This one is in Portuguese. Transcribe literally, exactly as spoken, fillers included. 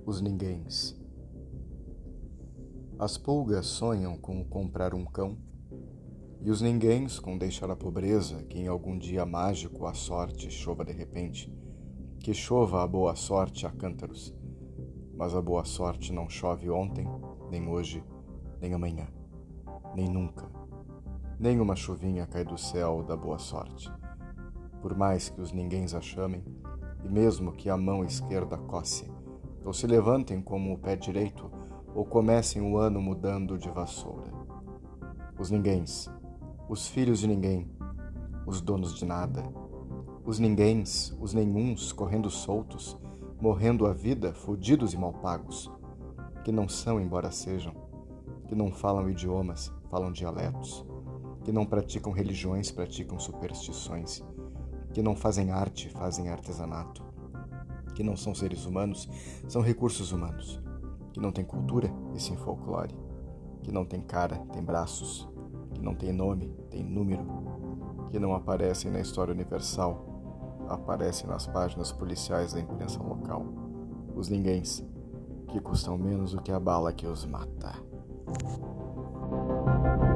Os ninguéms. As pulgas sonham com comprar um cão, e os ninguéms com deixar a pobreza, que em algum dia mágico a sorte chova de repente, que chova a boa sorte a cântaros. Mas a boa sorte não chove ontem, nem hoje, nem amanhã, nem nunca. Nem uma chuvinha cai do céu da boa sorte. Por mais que os ninguéms a chamem, e mesmo que a mão esquerda coce, ou se levantem como o pé direito, ou comecem o ano mudando de vassoura. Os ninguéms, os filhos de ninguém, os donos de nada, os ninguéms, os nenhuns correndo soltos, morrendo a vida, fudidos e mal pagos, que não são embora sejam, que não falam idiomas, falam dialetos, que não praticam religiões, praticam superstições, que não fazem arte, fazem artesanato, que não são seres humanos, são recursos humanos, que não tem cultura e sim folclore, que não tem cara, tem braços, que não tem nome, tem número, que não aparecem na história universal, aparecem nas páginas policiais da imprensa local. Os ninguéms, que custam menos do que a bala que os mata.